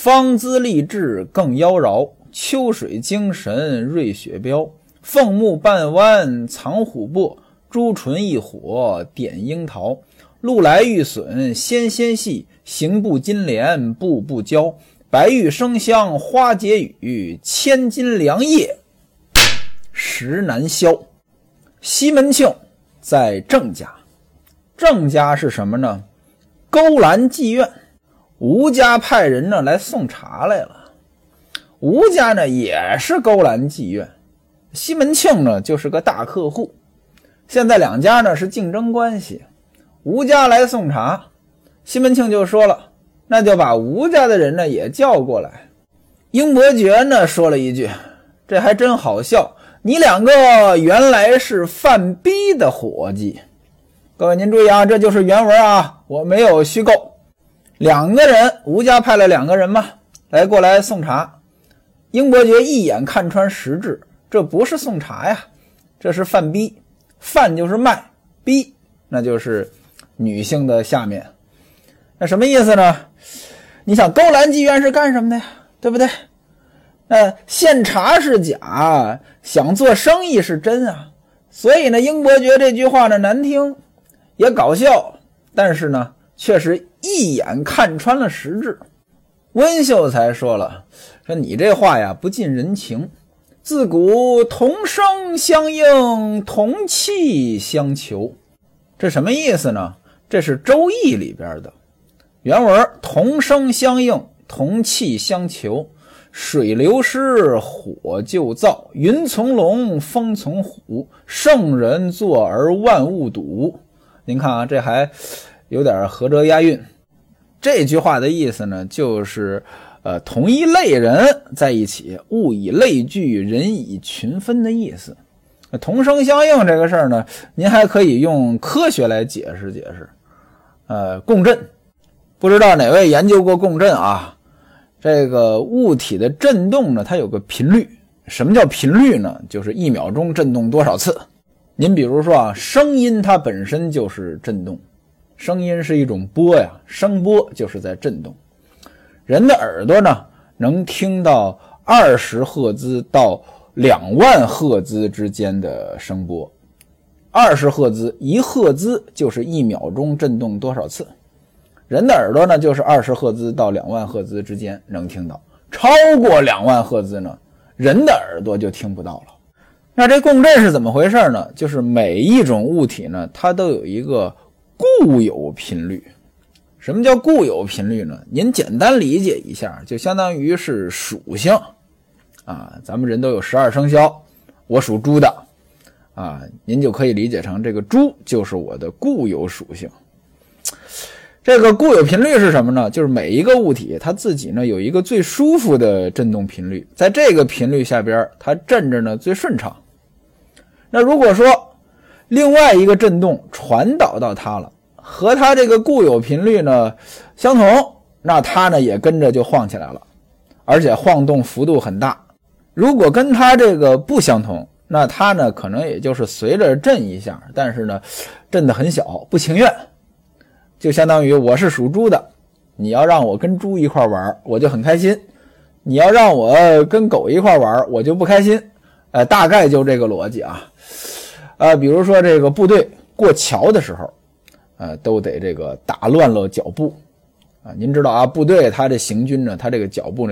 方姿丽质更妖娆，秋水精神瑞雪标。凤目半弯藏琥珀，朱唇一火点樱桃。路来玉笋纤纤细，行步金莲步步娇。白玉生香花解语，千金良叶实难销。西门庆在郑家，郑家是什么呢？勾栏妓院。吴家派人呢来送茶来了，吴家呢也是勾栏妓院，西门庆呢就是个大客户。现在两家呢是竞争关系，吴家来送茶，西门庆就说了，那就把吴家的人呢也叫过来。英伯爵呢说了一句，这还真好笑，你两个原来是犯逼的伙计。各位您注意啊，这就是原文啊，我没有虚构。两个人，吴家派了两个人嘛，过来送茶。英伯爵一眼看穿实质，这不是送茶呀，这是犯逼。犯就是卖，逼那就是女性的下面。那什么意思呢？你想勾栏妓院是干什么的呀？对不对？献茶是假，想做生意是真啊。所以呢，英伯爵这句话呢难听也搞笑，但是呢确实一眼看穿了实质。温秀才说了，说你这话呀不近人情，自古同声相应，同气相求。这什么意思呢？这是周易里边的原文，同声相应，同气相求，水流失，火就燥，云从龙，风从虎，圣人作而万物睹。您看啊，这还有点合辙押韵。这句话的意思呢，就是同一类人在一起，物以类聚，人以群分的意思。同声相应这个事儿呢，您还可以用科学来解释解释。共振，不知道哪位研究过共振啊？这个物体的振动呢，它有个频率。什么叫频率呢？就是1秒钟振动多少次。您比如说啊，声音它本身就是振动，声音是一种波呀，声波就是在振动。人的耳朵呢，能听到20赫兹到2万赫兹之间的声波。20赫兹，1赫兹就是1秒钟振动多少次。人的耳朵呢，就是20赫兹到2万赫兹之间能听到，超过2万赫兹呢，人的耳朵就听不到了。那这共振是怎么回事呢？就是每一种物体呢，它都有一个固有频率。什么叫固有频率呢？您简单理解一下，就相当于是属性啊。咱们人都有12生肖，我属猪的啊，您就可以理解成这个猪就是我的固有属性。这个固有频率是什么呢？就是每一个物体它自己呢有一个最舒服的振动频率，在这个频率下边它振着呢最顺畅。那如果说另外一个振动传导到它了，和它这个固有频率呢相同，那它呢也跟着就晃起来了，而且晃动幅度很大。如果跟它这个不相同，那它呢可能也就是随着震一下，但是呢震得很小，不情愿。就相当于我是属猪的，你要让我跟猪一块玩，我就很开心；你要让我跟狗一块玩，我就不开心。大概就这个逻辑啊。比如说这个部队过桥的时候，都得这个打乱了脚步啊。您知道啊，部队它这行军呢，它这个脚步呢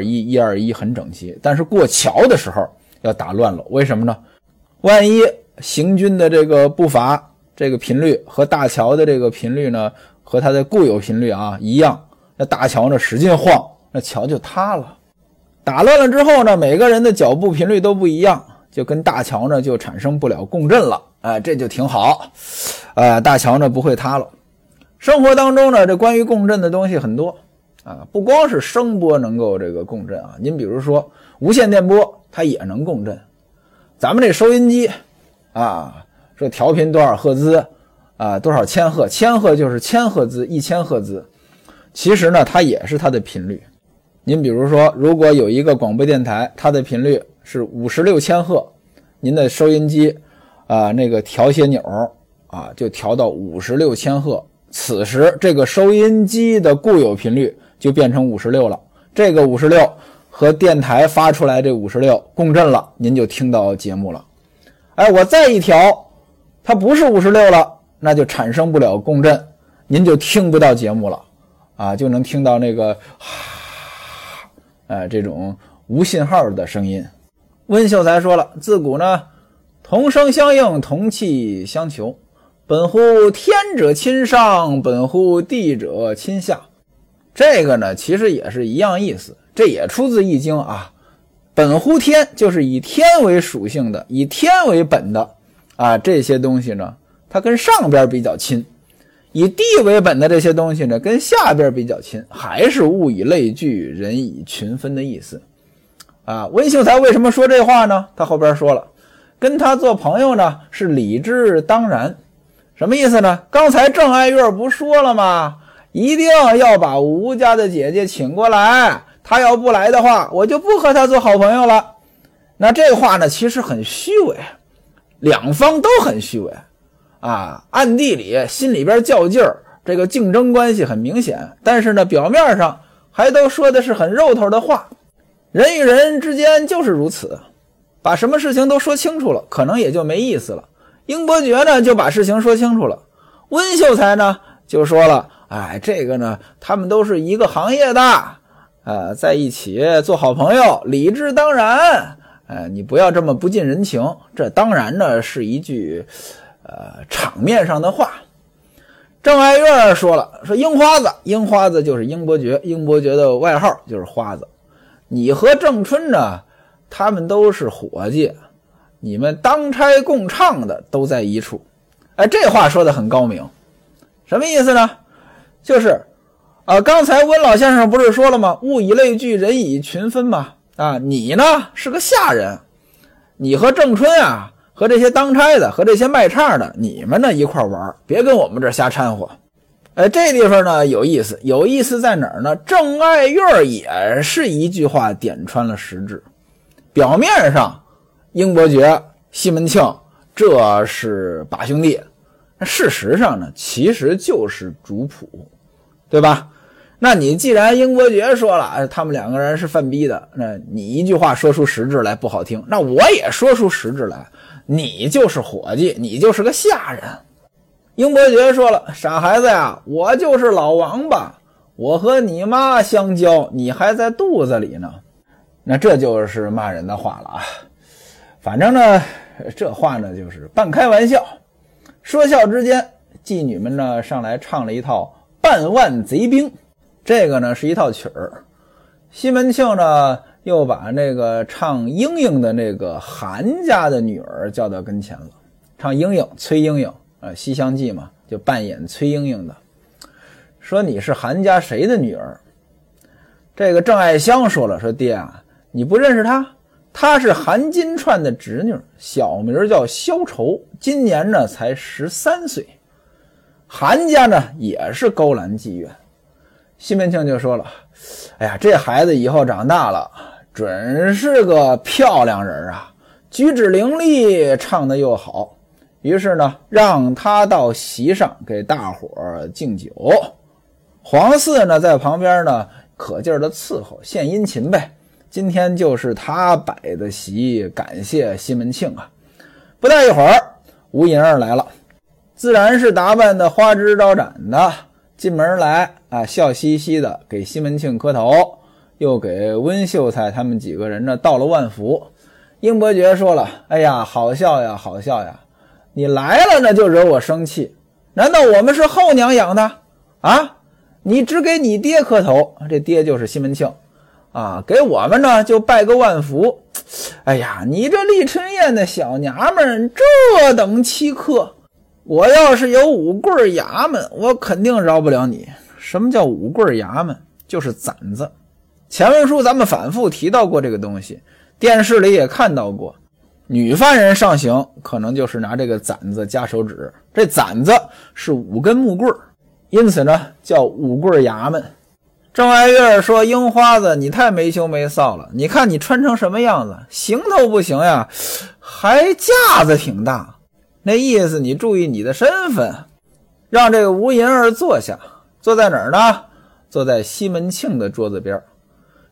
121很整齐，但是过桥的时候要打乱了，为什么呢？万一行军的这个步伐这个频率和大桥的这个频率呢，和它的固有频率啊一样，那大桥呢使劲晃，那桥就塌了。打乱了之后呢，每个人的脚步频率都不一样，就跟大桥呢就产生不了共振了。这就挺好。大桥呢不会塌了。生活当中呢，这关于共振的东西很多啊，不光是声波能够这个共振啊，您比如说无线电波它也能共振。咱们这收音机啊，说调频多少赫兹啊，多少千赫，千赫就是1000赫兹，1000赫兹，其实呢它也是它的频率。您比如说，如果有一个广播电台，它的频率是56千赫，您的收音机那个调些钮啊，就调到56千赫，此时这个收音机的固有频率就变成56了， 这个56和电台发出来这56共振了，您就听到节目了。哎，我再一调，它不是56了，那就产生不了共振，您就听不到节目了啊，就能听到那个这种无信号的声音。温秀才说了，自古呢同声相应，同气相求，本乎天者亲上，本乎地者亲下。这个呢其实也是一样意思，这也出自易经啊。本乎天就是以天为属性的，以天为本的啊，这些东西呢它跟上边比较亲，以地为本的这些东西呢跟下边比较亲，还是物以类聚，人以群分的意思啊。温秀才为什么说这话呢？他后边说了，跟他做朋友呢是理之当然。什么意思呢？刚才郑爱月不说了吗？一定要把吴家的姐姐请过来，他要不来的话，我就不和他做好朋友了。那这话呢其实很虚伪，两方都很虚伪啊，暗地里心里边较劲儿，这个竞争关系很明显，但是呢表面上还都说的是很肉头的话。人与人之间就是如此，把什么事情都说清楚了，可能也就没意思了。英伯爵呢就把事情说清楚了，温秀才呢就说了，哎，这个呢他们都是一个行业的在一起做好朋友，理之当然。你不要这么不近人情，这当然呢是一句场面上的话。郑爱月说了，说樱花子就是英伯爵，英伯爵的外号就是花子。你和郑春呢他们都是伙计，你们当差共唱的都在一处。哎，这话说得很高明。什么意思呢？就是刚才温老先生不是说了吗？物以类聚，人以群分嘛。你呢是个下人，你和郑春啊，和这些当差的，和这些卖唱的，你们呢一块玩，别跟我们这瞎掺和。这地方呢有意思，有意思在哪儿呢？郑爱月也是一句话点穿了实质。表面上英伯爵、西门庆这是把兄弟，事实上呢其实就是主仆，对吧？那你既然英伯爵说了他们两个人是犯逼的，那你一句话说出实质来不好听，那我也说出实质来，你就是伙计，你就是个下人。英伯爵说了，傻孩子呀，我就是老王八，我和你妈相交，你还在肚子里呢。那这就是骂人的话了啊。反正呢这话呢就是半开玩笑。说笑之间，妓女们呢上来唱了一套半万贼兵，这个呢是一套曲儿。西门庆呢又把那个唱莺莺的那个韩家的女儿叫到跟前了，唱莺莺崔莺莺西厢记嘛，就扮演崔莺莺的，说你是韩家谁的女儿？这个郑爱香说了，说爹啊，你不认识她？她是韩金钏的侄女，小名叫萧愁，今年呢才13岁。韩家呢也是勾栏妓院。西门庆就说了，哎呀，这孩子以后长大了准是个漂亮人啊，举止伶俐，唱得又好。于是呢让他到席上给大伙儿敬酒，黄四呢在旁边呢可劲儿的伺候献殷勤呗。今天就是他摆的席，感谢西门庆啊。不大一会儿吴银儿来了，自然是打扮的花枝招展的，进门来笑嘻嘻的给西门庆磕头，又给温秀才他们几个人呢道了万福。英伯爵说了，哎呀，好笑呀好笑呀，你来了呢就惹我生气，难道我们是后娘养的啊？你只给你爹磕头，这爹就是西门庆给我们呢就拜个万福。哎呀，你这丽春宴的小娘们这等欺客，我要是有五棍衙门，我肯定饶不了你。什么叫五棍衙门？就是攒子。前文书咱们反复提到过这个东西，电视里也看到过，女犯人上刑可能就是拿这个攒子夹手指，这攒子是5根木棍，因此呢叫五棍衙门。郑爱月说，樱花子你太没羞没臊了，你看你穿成什么样子，行头不行呀，还架子挺大，那意思你注意你的身份。让这个吴银儿坐下，坐在哪儿呢？坐在西门庆的桌子边。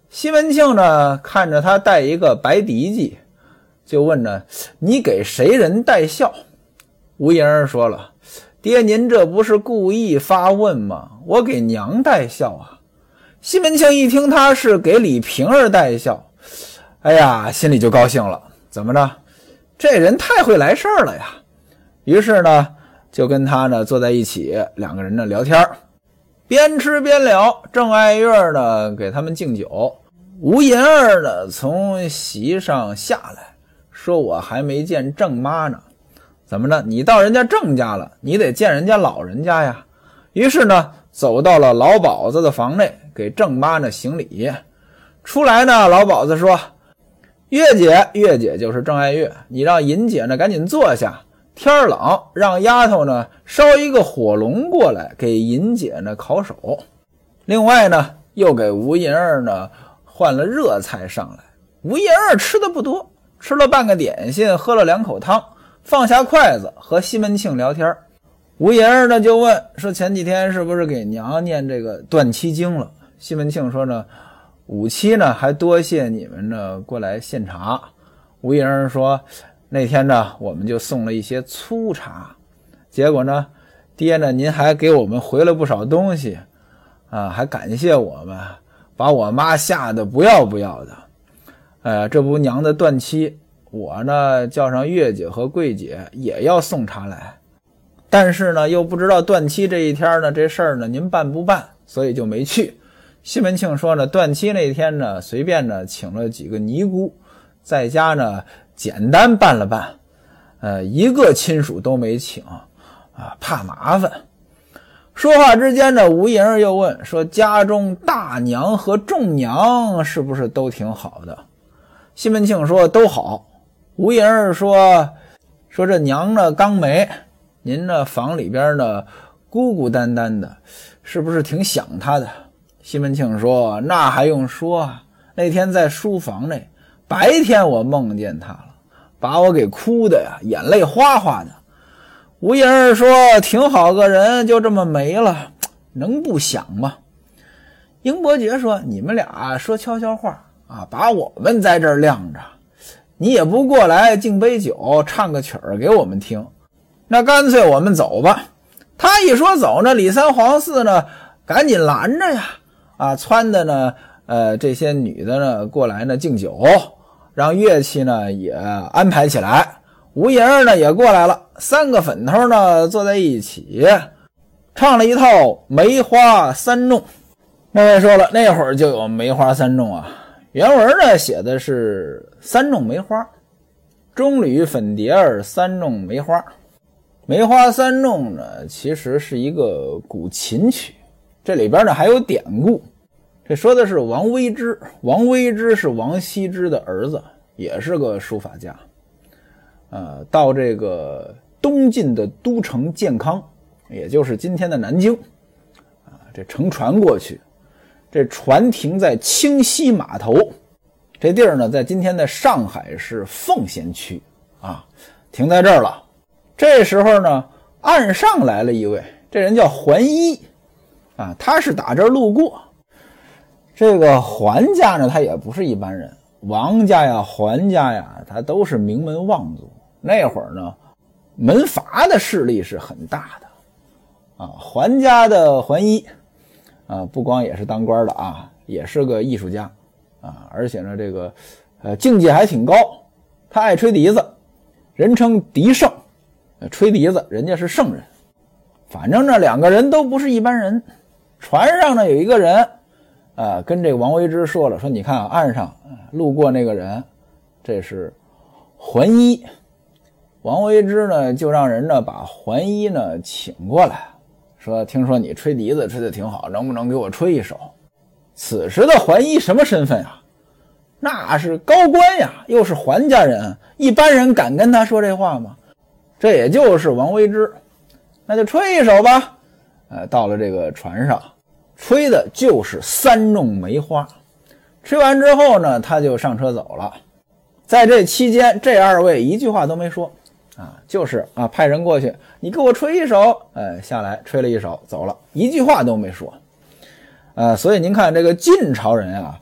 西门庆呢看着他戴一个白迪记，就问呢，你给谁人戴孝？吴银儿说了，爹您这不是故意发问吗？我给娘戴孝啊。西门庆一听他是给李瓶儿戴孝，哎呀，心里就高兴了，怎么着，这人太会来事儿了呀。于是呢就跟他呢坐在一起，两个人呢聊天，边吃边聊。郑爱月呢给他们敬酒，吴银儿呢从席上下来，说我还没见郑妈呢。怎么着，你到人家郑家了，你得见人家老人家呀。于是呢走到了老鸨子的房内，给郑妈呢行礼。出来呢，老鸨子说，月姐就是郑爱月，你让银姐呢赶紧坐下，天冷，让丫头呢烧一个火龙过来给银姐呢烤手。另外呢又给吴银儿呢换了热菜上来。吴银儿吃的不多，吃了半个点心，喝了2口汤，放下筷子和西门庆聊天。吴银儿呢就问说，前几天是不是给娘念这个断期经了？西门庆说呢，5期呢还多谢你们呢过来献茶。吴银儿说，那天呢我们就送了一些粗茶，结果呢爹呢您还给我们回了不少东西啊，还感谢我们，把我妈吓得不要不要的。这不娘的断期，我呢叫上月姐和桂姐也要送茶来，但是呢又不知道断期这一天呢这事儿呢您办不办，所以就没去。西门庆说呢，断期那天呢随便呢请了几个尼姑，在家呢简单办了办，一个亲属都没请啊，怕麻烦。说话之间呢，吴银儿又问说，家中大娘和众娘是不是都挺好的？西门庆说都好。吴银儿说这娘呢刚没，您呢房里边呢孤孤单单的，是不是挺想她的？西门庆说，那还用说啊，那天在书房内，白天我梦见她了，把我给哭的呀，眼泪哗哗的。吴银儿说，挺好个人就这么没了，能不想吗？英伯爵说，你们俩说悄悄话啊，把我们在这儿晾着，你也不过来敬杯酒，唱个曲儿给我们听，那干脆我们走吧。他一说走呢，李三黄四呢赶紧拦着呀，撺的呢这些女的呢过来呢敬酒，让乐器呢也安排起来。吴银儿呢也过来了，3个粉头呢坐在一起，唱了一套梅花三弄。那位说了，那会儿就有梅花三弄啊，原文呢写的是三弄梅花，中吕粉蝶儿三弄梅花。梅花三弄呢其实是一个古琴曲，这里边呢还有典故。这说的是王微之，王微之是王羲之的儿子，也是个书法家。到这个东晋的都城建康，也就是今天的南京，这乘船过去，这船停在清溪码头，这地儿呢在今天的上海市奉贤区停在这儿了。这时候呢岸上来了一位，这人叫桓一他是打这儿路过。这个桓家呢他也不是一般人，王家呀桓家呀他都是名门望族，那会儿呢门阀的势力是很大的桓家的桓一不光也是当官的也是个艺术家而且呢这个境界还挺高，他爱吹笛子，人称笛圣，吹笛子人家是圣人。反正这2个人都不是一般人。船上呢有一个人跟这个王微之说了，说你看岸上路过那个人，这是桓一。王微之呢就让人呢把桓一呢请过来，说听说你吹笛子吹得挺好，能不能给我吹一首？此时的桓一什么身份啊？那是高官呀，又是桓家人，一般人敢跟他说这话吗？这也就是王微之，那就吹一首吧。到了这个船上，吹的就是三弄梅花。吹完之后呢他就上车走了。在这期间这2位一句话都没说就是派人过去，你给我吹一首，下来吹了一首走了，一句话都没说。所以您看这个晋朝人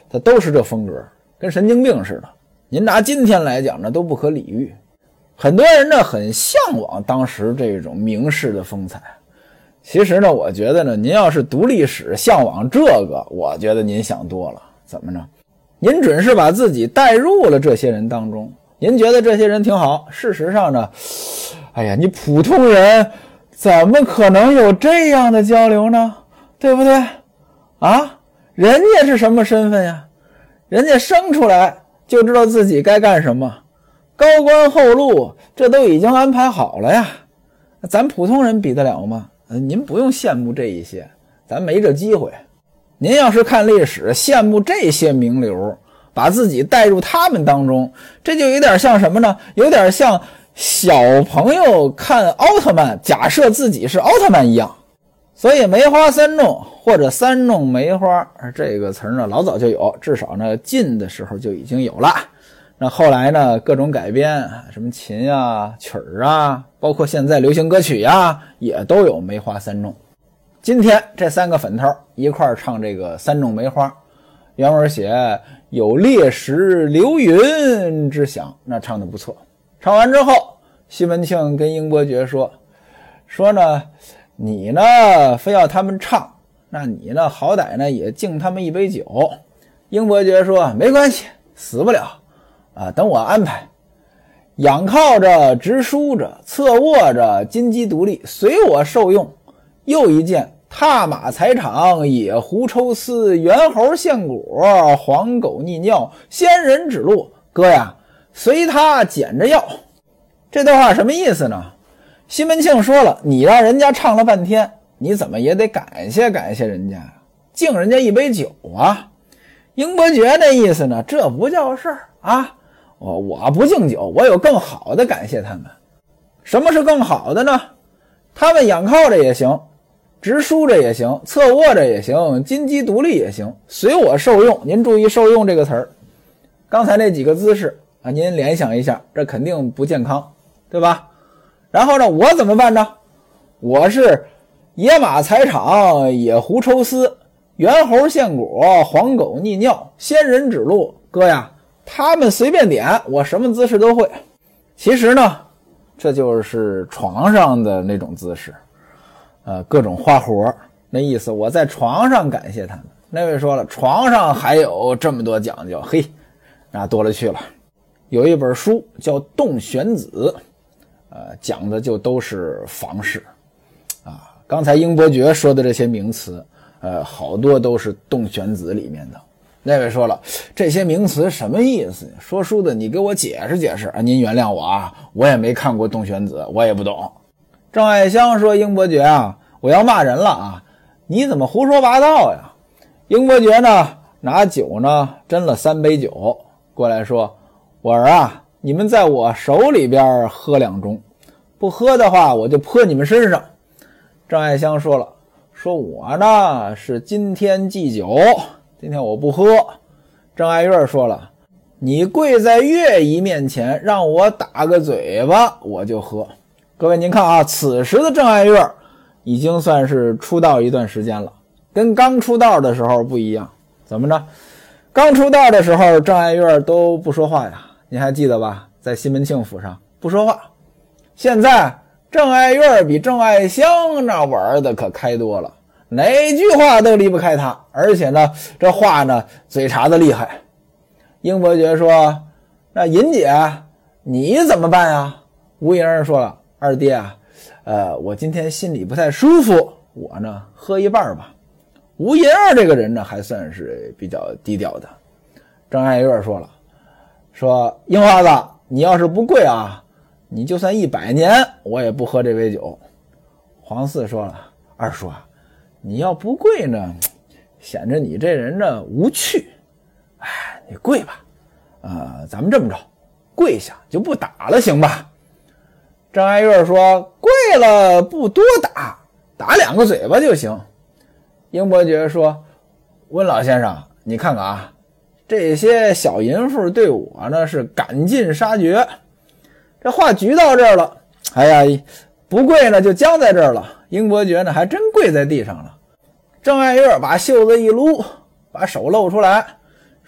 他都是这风格，跟神经病似的。您拿今天来讲呢，都不可理喻。很多人呢很向往当时这种名士的风采。其实呢，我觉得呢，您要是读历史向往这个，我觉得您想多了。怎么着？您准是把自己带入了这些人当中，您觉得这些人挺好。事实上呢，哎呀，你普通人怎么可能有这样的交流呢？对不对？啊，人家是什么身份呀？人家生出来就知道自己该干什么，高官厚禄这都已经安排好了呀。咱普通人比得了吗？您不用羡慕这一些，咱没这机会。您要是看历史羡慕这些名流，把自己带入他们当中，这就有点像什么呢？有点像小朋友看奥特曼，假设自己是奥特曼一样。所以梅花三弄或者三弄梅花这个词呢，老早就有，至少呢晋的时候就已经有了。那后来呢各种改编，什么琴啊曲儿啊，包括现在流行歌曲呀，也都有梅花三弄。今天这三个粉头一块儿唱这个三弄梅花，原文写有烈石流云之响，那唱得不错。唱完之后，西门庆跟英伯爵说呢，你呢非要他们唱，那你呢好歹呢也敬他们一杯酒。英伯爵说没关系，死不了啊，等我安排。仰靠着，直梳着，侧卧着，金鸡独立，随我受用。又一件踏马踩场，野狐抽丝，猿猴献果，黄狗溺尿，仙人指路。哥呀，随他捡着要。这段话什么意思呢？西门庆说了，你让人家唱了半天，你怎么也得感谢感谢人家，敬人家一杯酒啊。英伯爵那意思呢，这不叫事儿啊，我不敬酒，我有更好的感谢他们。什么是更好的呢？他们仰靠着也行，直梳着也行，侧卧着也行，金鸡独立也行，随我受用。您注意受用这个词儿，刚才那几个姿势啊，您联想一下，这肯定不健康，对吧？然后呢，我怎么办呢？我是野马踩场，野狐抽丝，猿猴献果，黄狗溺尿，仙人指路。哥呀，他们随便点，我什么姿势都会。其实呢，这就是床上的那种姿势，各种花活，那意思我在床上感谢他们。那位说了，床上还有这么多讲究，嘿，那多了去了。有一本书叫《洞玄子》，讲的就都是房事啊。刚才英伯爵说的这些名词，好多都是《洞玄子》里面的。那位说了，这些名词什么意思？说书的你给我解释解释啊！您原谅我啊，我也没看过《洞玄子》，我也不懂。郑爱香说，英伯爵啊，我要骂人了啊，你怎么胡说八道呀？英伯爵呢拿酒呢斟了3杯酒过来说，我儿啊，你们在我手里边喝2盅，不喝的话我就泼你们身上。郑爱香说了，说我呢是今天忌酒，今天我不喝。郑爱月说了，你跪在乐姨面前让我打个嘴巴我就喝。各位您看啊，此时的郑爱月已经算是出道一段时间了，跟刚出道的时候不一样。怎么着？刚出道的时候郑爱月都不说话呀，您还记得吧？在西门庆府上不说话。现在郑爱月比郑爱香那玩的可开多了，哪句话都离不开他，而且呢这话呢嘴查的厉害。英伯爵说，那银姐你怎么办呀？吴莹儿说了，二爹啊，我今天心里不太舒服，我呢喝一半吧。吴银儿这个人呢还算是比较低调的。郑爱月说了，说樱花子，你要是不跪啊，你就算100年我也不喝这杯酒。黄四说了，二叔啊，你要不跪呢，显着你这人呢无趣。哎，你跪吧，咱们这么着，跪下就不打了，行吧？张爱月说，跪了不多打，打2个嘴巴就行。英伯爵说，温老先生，你看看啊，这些小淫妇对我呢是赶尽杀绝。这话局到这儿了，哎呀，不跪呢就僵在这儿了。英伯爵呢还真跪在地上了。郑爱月把袖子一撸，把手露出来，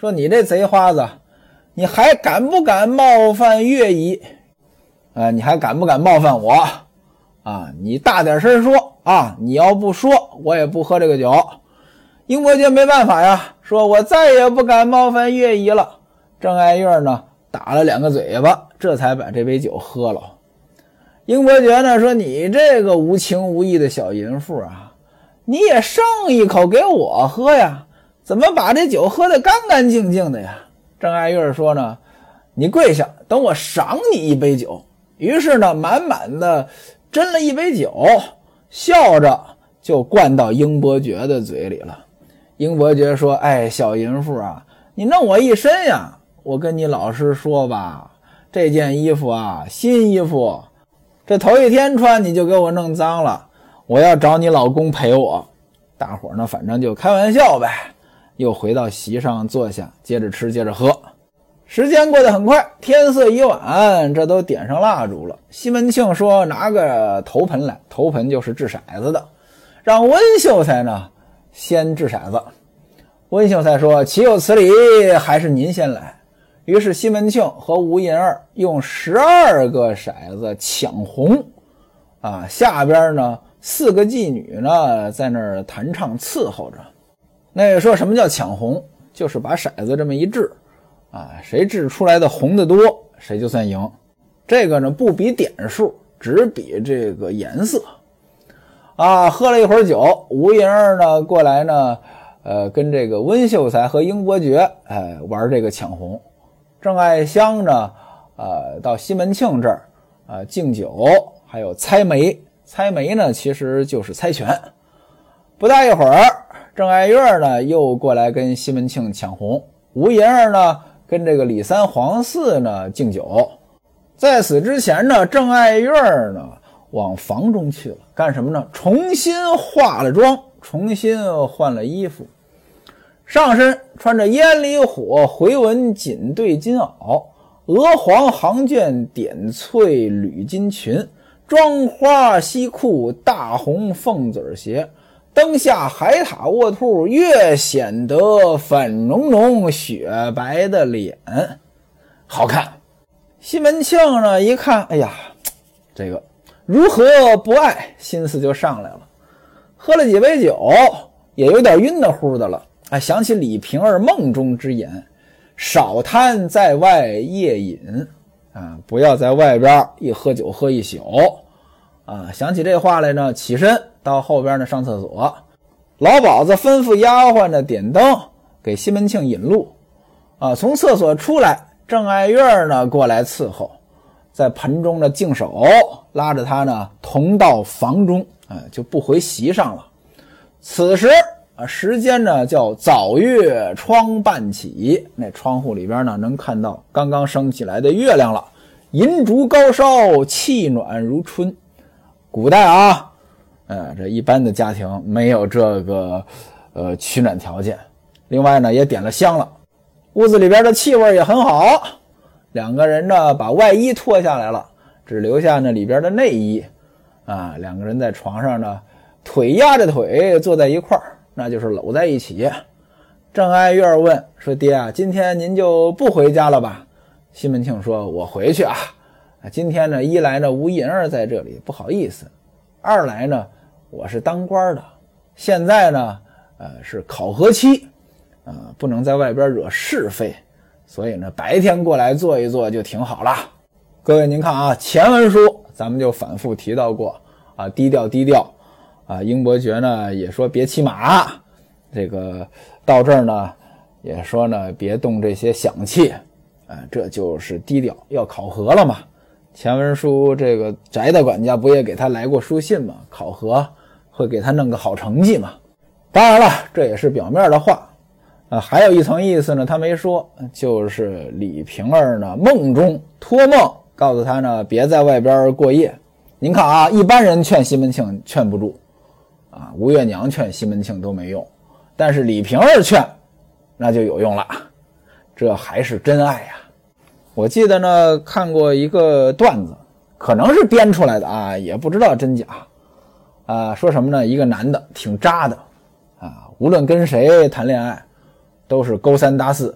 说你这贼花子，你还敢不敢冒犯乐乙？你还敢不敢冒犯我？你大点声说啊！你要不说，我也不喝这个酒。英伯爵没办法呀，说我再也不敢冒犯乐乙了。郑爱月呢，打了2个嘴巴，这才把这杯酒喝了。英伯爵呢说，你这个无情无义的小淫妇啊，你也剩一口给我喝呀，怎么把这酒喝得干干净净的呀？郑爱月说呢，你跪下，等我赏你一杯酒。于是呢，满满的斟了一杯酒，笑着就灌到英伯爵的嘴里了。英伯爵说，小淫妇啊，你弄我一身呀，我跟你老实说吧，这件衣服啊，新衣服，这头一天穿你就给我弄脏了，我要找你老公赔我。大伙呢反正就开玩笑呗，又回到席上坐下，接着吃接着喝。时间过得很快，天色已晚，这都点上蜡烛了。西门庆说，拿个头盆来，头盆就是掷骰子的，让温秀才呢先掷骰子。温秀才说，岂有此理，还是您先来。于是西门庆和吴银儿用12个骰子抢红，下边呢4个妓女呢在那儿弹唱伺候着。那个说什么叫抢红，就是把骰子这么一掷，谁掷出来的红的多，谁就算赢。这个呢不比点数，只比这个颜色。喝了一会儿酒，吴银儿呢过来呢，跟这个温秀才和英伯爵，玩这个抢红。郑爱香呢，到西门庆这儿，敬酒，还有猜枚。猜枚呢，其实就是猜拳。不大一会儿，郑爱月呢又过来跟西门庆抢红，吴银儿呢跟这个李三、黄四呢敬酒。在此之前呢，郑爱月呢往房中去了，干什么呢？重新化了妆，重新换了衣服，上身穿着烟里火回纹锦对金袄，鹅黄杭卷点翠缕金裙，妆花西裤，大红凤子鞋，灯下海獭卧兔，越显得粉浓浓雪白的脸好看。西门庆呢一看，哎呀，这个如何不爱，心思就上来了。喝了几杯酒，也有点晕得乎的了。想起李瓶儿梦中之言，少贪在外夜饮，不要在外边一喝酒喝一宿。想起这话来呢，起身到后边呢上厕所。老鸨子吩咐丫鬟呢点灯，给西门庆引路。从厕所出来，郑爱月呢过来伺候，在盆中呢净手，拉着他呢同到房中，就不回席上了。此时时间呢叫早月窗半起，那窗户里边呢能看到刚刚升起来的月亮了，银烛高烧，气暖如春。古代这一般的家庭没有这个取暖条件。另外呢也点了香了，屋子里边的气味也很好。两个人呢把外衣脱下来了，只留下那里边的内衣。两个人在床上呢腿压着腿坐在一块儿，那就是搂在一起。郑爱月问说，爹今天您就不回家了吧？西门庆说，我回去今天呢一来呢吴银儿在这里不好意思，二来呢我是当官的，现在呢是考核期，不能在外边惹是非，所以呢白天过来坐一坐就挺好了。各位您看前文书咱们就反复提到过低调低调英伯爵呢也说别骑马，这个到这儿呢也说呢别动这些响器，这就是低调，要考核了嘛。前文书这个翟大管家不也给他来过书信吗？考核会给他弄个好成绩嘛。当然了，这也是表面的话，还有一层意思呢他没说，就是李瓶儿呢梦中托梦告诉他呢别在外边过夜。您看一般人劝西门庆劝不住，吴月娘劝西门庆都没用，但是李瓶儿劝那就有用了，这还是真爱呀。我记得呢看过一个段子，可能是编出来的也不知道真假。说什么呢，一个男的挺渣的无论跟谁谈恋爱都是勾三搭四，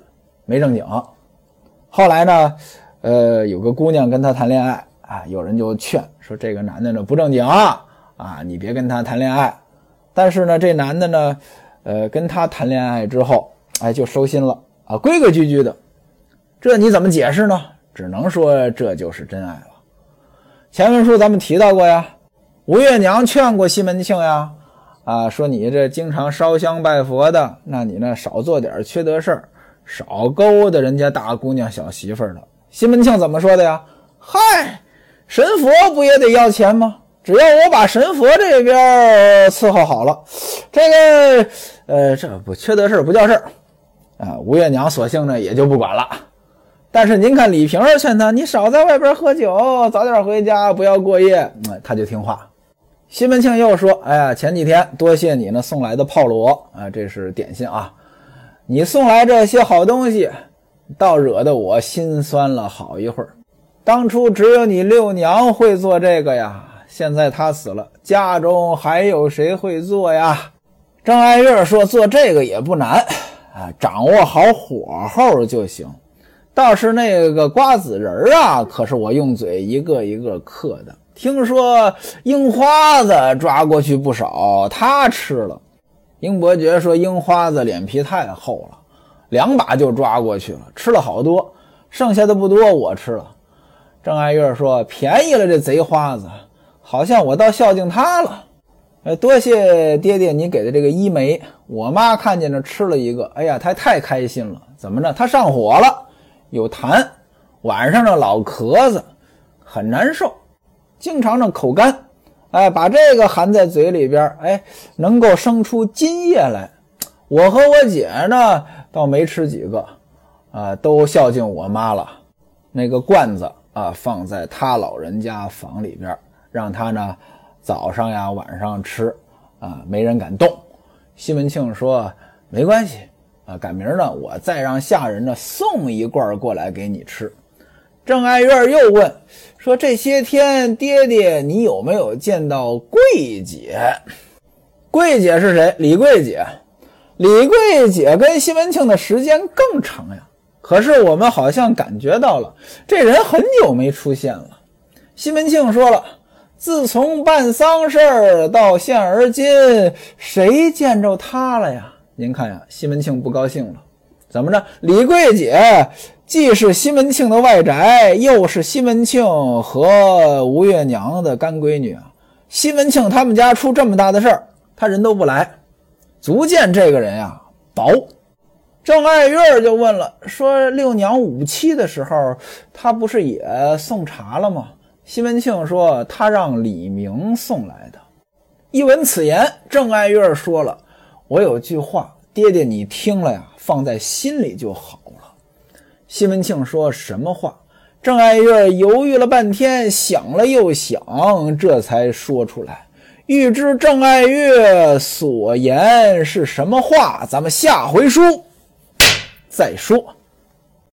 没正经。后来呢，有个姑娘跟他谈恋爱啊，有人就劝说这个男的呢不正经啊，你别跟他谈恋爱。但是呢，这男的呢，跟他谈恋爱之后，就收心了啊，规规矩矩的。这你怎么解释呢？只能说这就是真爱了。前文书咱们提到过呀，吴月娘劝过西门庆呀，说你这经常烧香拜佛的，那你呢少做点缺德事儿，少勾搭人家大姑娘小媳妇儿的。西门庆怎么说的呀？嗨，神佛不也得要钱吗？只要我把神佛这边伺候好了，这个这不缺德事不叫事儿吴月娘索性呢也就不管了。但是您看李瓶儿劝他，你少在外边喝酒，早点回家，不要过夜，他就听话。西门庆又说，哎呀，前几天多谢你呢送来的炮螺这是点心啊，你送来这些好东西，倒惹得我心酸了好一会儿。当初只有你六娘会做这个呀，现在她死了，家中还有谁会做呀？郑爱月说，做这个也不难掌握好火候就行。倒是那个瓜子仁可是我用嘴一个一个嗑的。听说樱花子抓过去不少，他吃了。英伯爵说樱花子脸皮太厚了，2把就抓过去了，吃了好多，剩下的不多，我吃了。郑爱月说便宜了这贼花子，好像我倒孝敬他了。多谢爹爹你给的这个1枚，我妈看见着吃了一个，哎呀，她太开心了。怎么着？她上火了，有痰，晚上呢老咳嗽，很难受，经常呢口干，把这个含在嘴里边，能够生出津液来。我和我姐呢倒没吃几个都孝敬我妈了。那个罐子放在她老人家房里边，让她呢早上呀晚上吃没人敢动。西门庆说没关系赶明儿呢我再让下人呢送一罐过来给你吃。郑爱月又问说，这些天爹爹你有没有见到桂姐？桂姐是谁？李桂姐。李桂姐跟西门庆的时间更长呀，可是我们好像感觉到了这人很久没出现了。西门庆说了，自从办丧事到现而今，谁见着他了呀？您看呀，西门庆不高兴了。怎么着？李桂姐既是西门庆的外宅，又是西门庆和吴月娘的干闺女西门庆他们家出这么大的事儿，他人都不来，足见这个人薄。郑爱月就问了，说六娘57的时候，他不是也送茶了吗？西门庆说他让李明送来的。一闻此言，郑爱月说了，我有句话，爹爹你听了呀，放在心里就好了。西门庆说什么话？郑爱月犹豫了半天，想了又想，这才说出来。欲知郑爱月所言是什么话，咱们下回书再说。